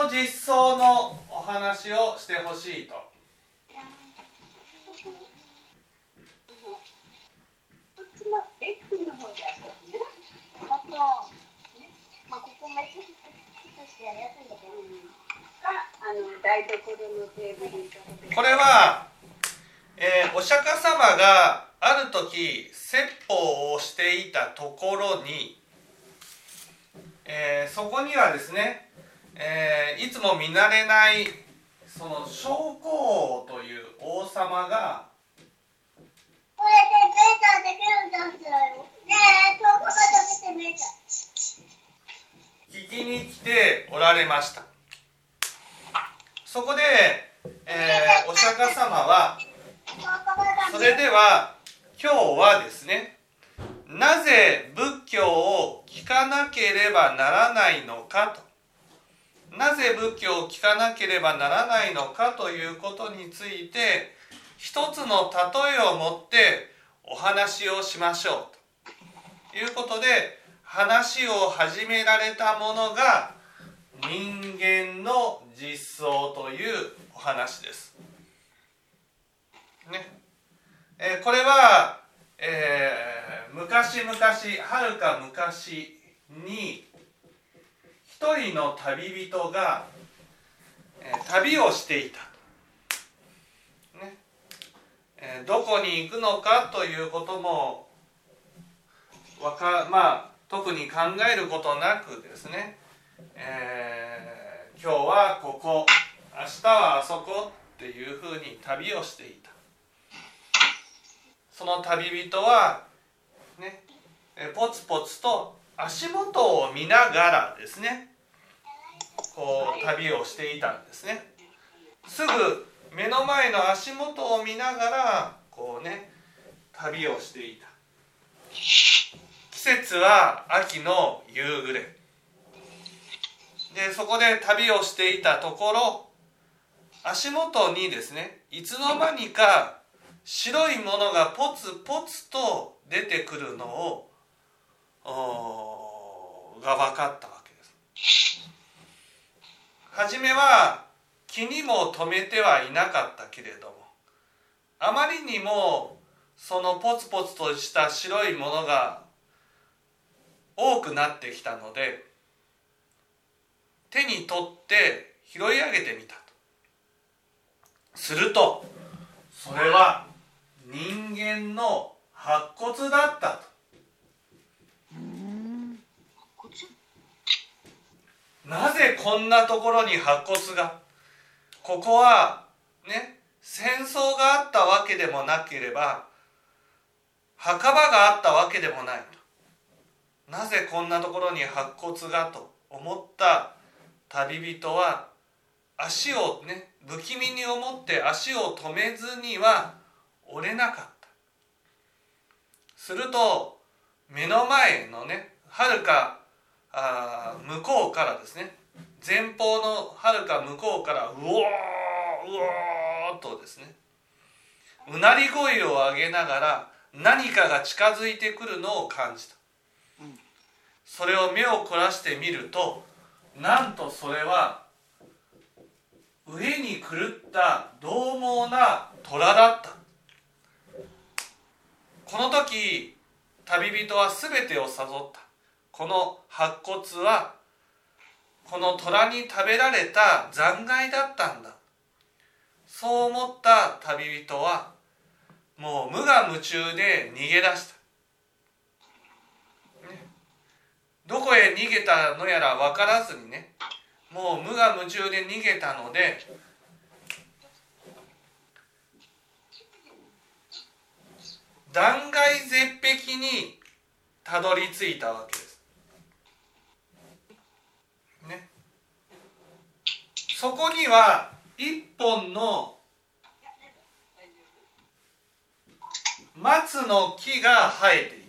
の実相のお話をしてほしいと。これは、お釈迦様がある時説法をしていたところに、そこにはですね、いつも見慣れないその将校王という王様が聞きに来ておられました。そこで、お釈迦様はそれでは今日はですね、なぜ仏教を聞かなければならないのかと、なぜ仏教を聞かなければならないのかということについて一つの例えを持ってお話をしましょうということで、話を始められたものが人間の実相というお話です、ね。これは、昔々はるか昔に一人の旅人が、旅をしていた、ね。どこに行くのかということも特に考えることなくですね、今日はここ、明日はあそこっていうふうに旅をしていた。その旅人は、ね、ポツポツと足元を見ながらですね、こう旅をしていたんですね。すぐ目の前の足元を見ながらこうね、旅をしていた。季節は秋の夕暮れで、そこで旅をしていたところ、足元にですね、いつの間にか白いものがポツポツと出てくるのが分かったわけです。はじめは気にも留めてはいなかったけれども、あまりにもそのポツポツとした白いものが多くなってきたので、手に取って拾い上げてみたと。するとそれは人間の白骨だったと。なぜこんなところに白骨が、ここはね、戦争があったわけでもなければ墓場があったわけでもないと。なぜこんなところに白骨がと思った旅人は、足をね、不気味に思って足を止めずには折れなかった。すると目の前のね、はるか向こうからですね、前方のはるか向こうからうおーうおーとですね、うなり声を上げながら何かが近づいてくるのを感じた。それを目を凝らしてみると、なんとそれは上に狂った獰猛な虎だった。この時旅人は全てを悟った。この白骨はこの虎に食べられた残骸だったんだ。そう思った旅人はもう無我夢中で逃げ出した。どこへ逃げたのやら分からずにね、もう無我夢中で逃げたので、断崖絶壁にたどり着いたわけです、ね。そこには一本の松の木が生えていた。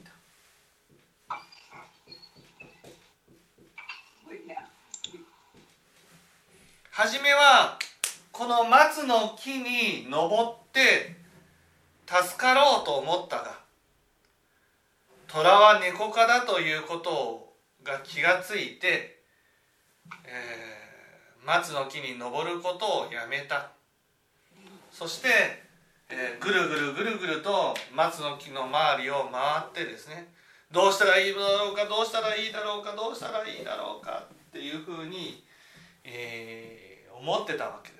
はじめはこの松の木に登って助かろうと思ったが、虎は猫科だということが気がついて、 松の木に登ることをやめた。そして、ぐるぐるぐるぐると松の木の周りを回ってですね、どうしたらいいのだろうか、どうしたらいいだろうか、どうしたらいいだろうかっていうふうに、思ってたわけです。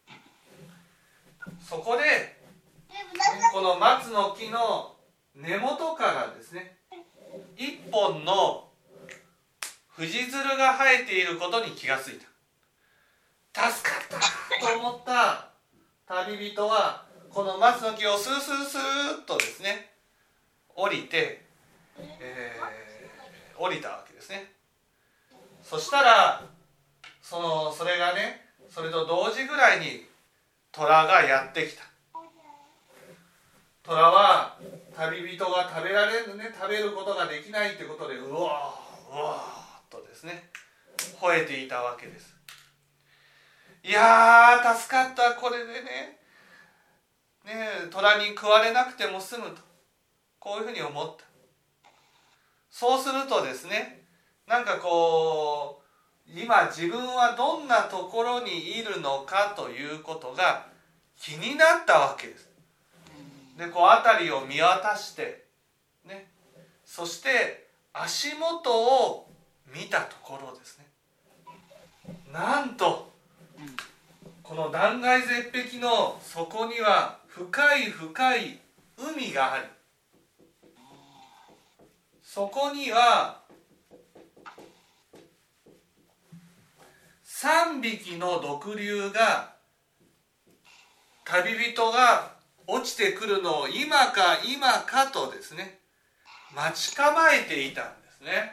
そこでこの松の木の根元からですね、一本の藤蔓が生えていることに気がついた。助かったと思った旅人はこの松の木をスースースーッとですね降りて、降りたわけですね。そしたらそれがね、それと同時ぐらいに虎がやってきた。虎は旅人が食べることができないということでうわーうわーとですね吠えていたわけです。いやー助かった、これでね虎に食われなくても済むと、こういうふうに思った。そうするとですね、なんかこう今自分はどんなところにいるのかということが気になったわけです。でこう辺りを見渡してね、そして足元を見たところですね、なんとこの断崖絶壁の底には深い深い海があり、そこには3匹の毒竜が旅人が落ちてくるのを今か今かとですね待ち構えていたんですね。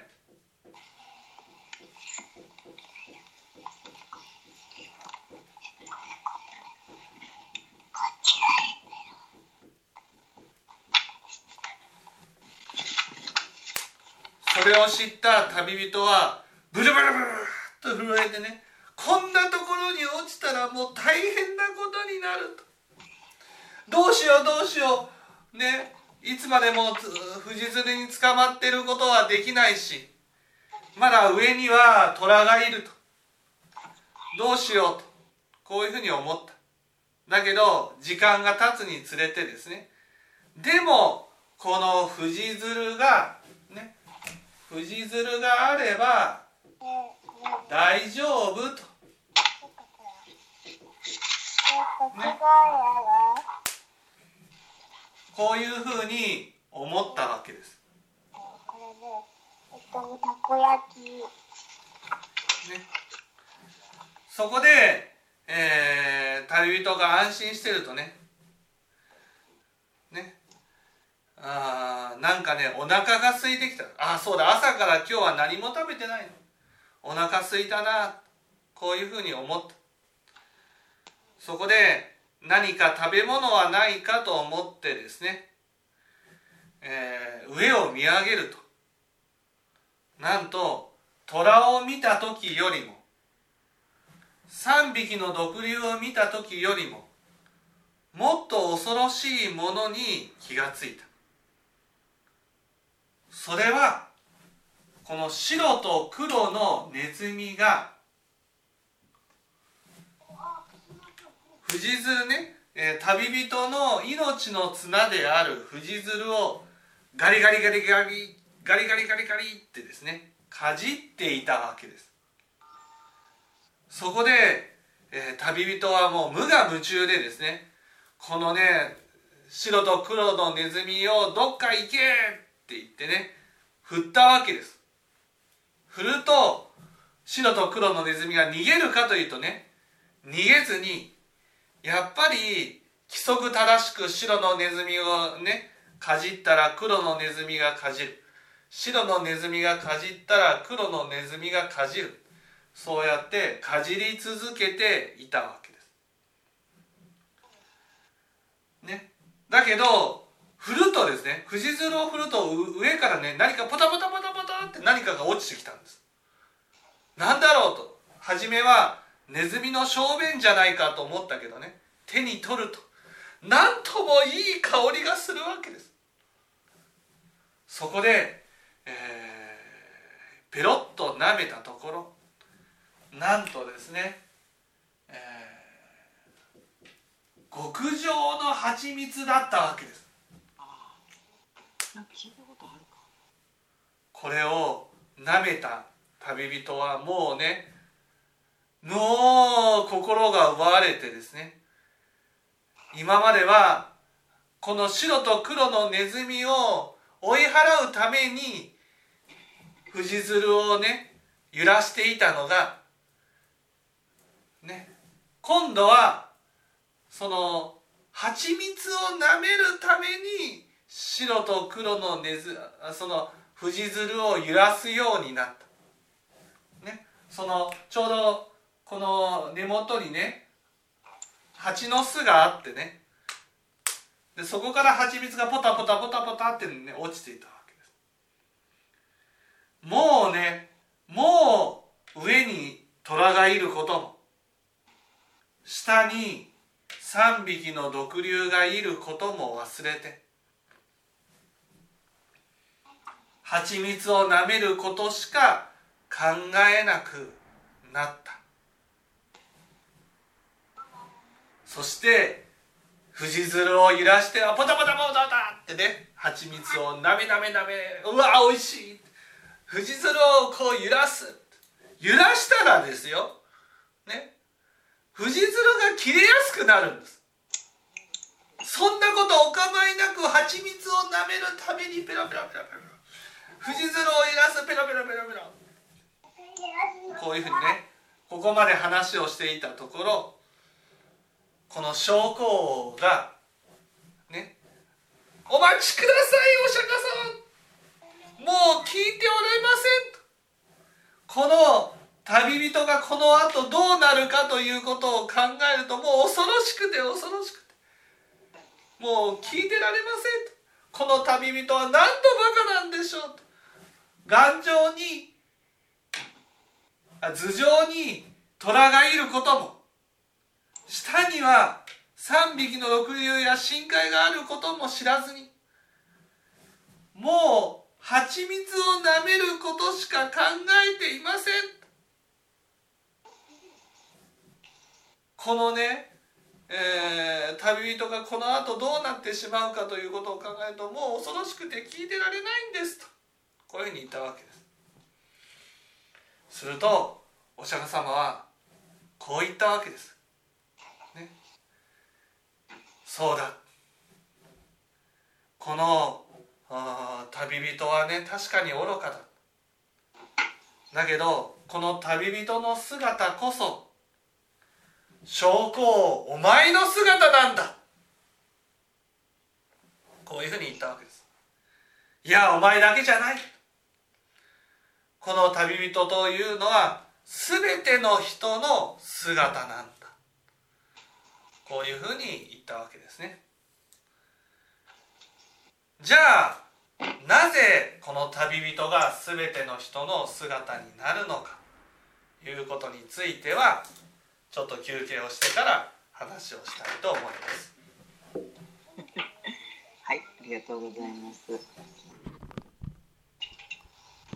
それを知った旅人はブルブルブルと震えてね、こんなところに落ちたらもう大変なことになると、どうしようどうしようね、いつまでも藤蔓に捕まっていることはできないし、まだ上には虎がいると、どうしようと、こういうふうに思った。だけど時間が経つにつれてですね、でもこの藤蔓があれば大丈夫と、ね、こういうふうに思ったわけです。 これで、たこ焼き。 ね、そこで、旅人が安心してるとね、なんかねお腹が空いてきた。そうだ、朝から今日は何も食べてないの、お腹空いたな、こういうふうに思った。そこで何か食べ物はないかと思ってですね、上を見上げると、なんと虎を見た時よりも3匹の毒竜を見た時よりももっと恐ろしいものに気がついた。それはこの白と黒のネズミが藤蔓ね、旅人の命の綱である藤蔓をガリガリガリガリガリガリガリガリってですねかじっていたわけです。そこで、旅人はもう無我夢中でですね、このね白と黒のネズミをどっか行けって言ってね振ったわけです。振ると白と黒のネズミが逃げるかというとね、逃げずにやっぱり規則正しく白のネズミをねかじったら黒のネズミがかじる、白のネズミがかじったら黒のネズミがかじる、そうやってかじり続けていたわけですね。だけど振るとですね、藤蔓を振ると上からね何かポタポタポタポタって何かが落ちてきたんです。なんだろうと、初めはネズミの小便じゃないかと思ったけどね、手に取るとなんともいい香りがするわけです。そこで、ペロッと舐めたところ、 なんとですね、極上の蜂蜜だったわけです。 なんか聞いたことあるか。 これを舐めた旅人はもうね、もう心が奪われてですね、今まではこの白と黒のネズミを追い払うために藤鶴をね揺らしていたのがね、今度はその蜂蜜を舐めるために白と黒のその藤鶴を揺らすようになった、ね、そのちょうどこの根元にね蜂の巣があってね、でそこから蜂蜜がポタポタポタポタってね落ちていたわけです。もうね、もう上に虎がいることも、下に3匹の毒竜がいることも忘れて、蜂蜜を舐めることしか考えなくなった。そして藤鶴を揺らしてポタポタポタポタってね、蜂蜜をなめなめなめ、うわおいしい、藤鶴をこう揺らす、揺らしたらですよね、藤鶴が切れやすくなるんです。そんなことお構いなく蜂蜜を舐めるためにペロペロペロペロ、藤鶴を揺らす、ペロペロペロペロ、こういうふうにね、ここまで話をしていたところ、この将校王がね、お待ちくださいお釈迦様、もう聞いておりませんと、この旅人がこの後どうなるかということを考えると、もう恐ろしくて恐ろしくて、もう聞いてられませんと、この旅人はなんとバカなんでしょうと、頑丈に頭上に虎がいることも、下には3匹の毒竜や深海があることも知らずに、もう蜂蜜を舐めることしか考えていません。このね、旅人がこの後どうなってしまうかということを考えると、もう恐ろしくて聞いてられないんですと、こういうふうに言ったわけです。するとお釈迦様はこう言ったわけです、ね、そうだ、この旅人はね確かに愚かだ、だけどこの旅人の姿こそ将校お前の姿なんだ、こういうふうに言ったわけです。いやお前だけじゃない、この旅人というのは全ての人の姿なんだ、こういうふうに言ったわけですね。じゃあなぜこの旅人が全ての人の姿になるのかということについては、ちょっと休憩をしてから話をしたいと思います。 はい、ありがとうございます。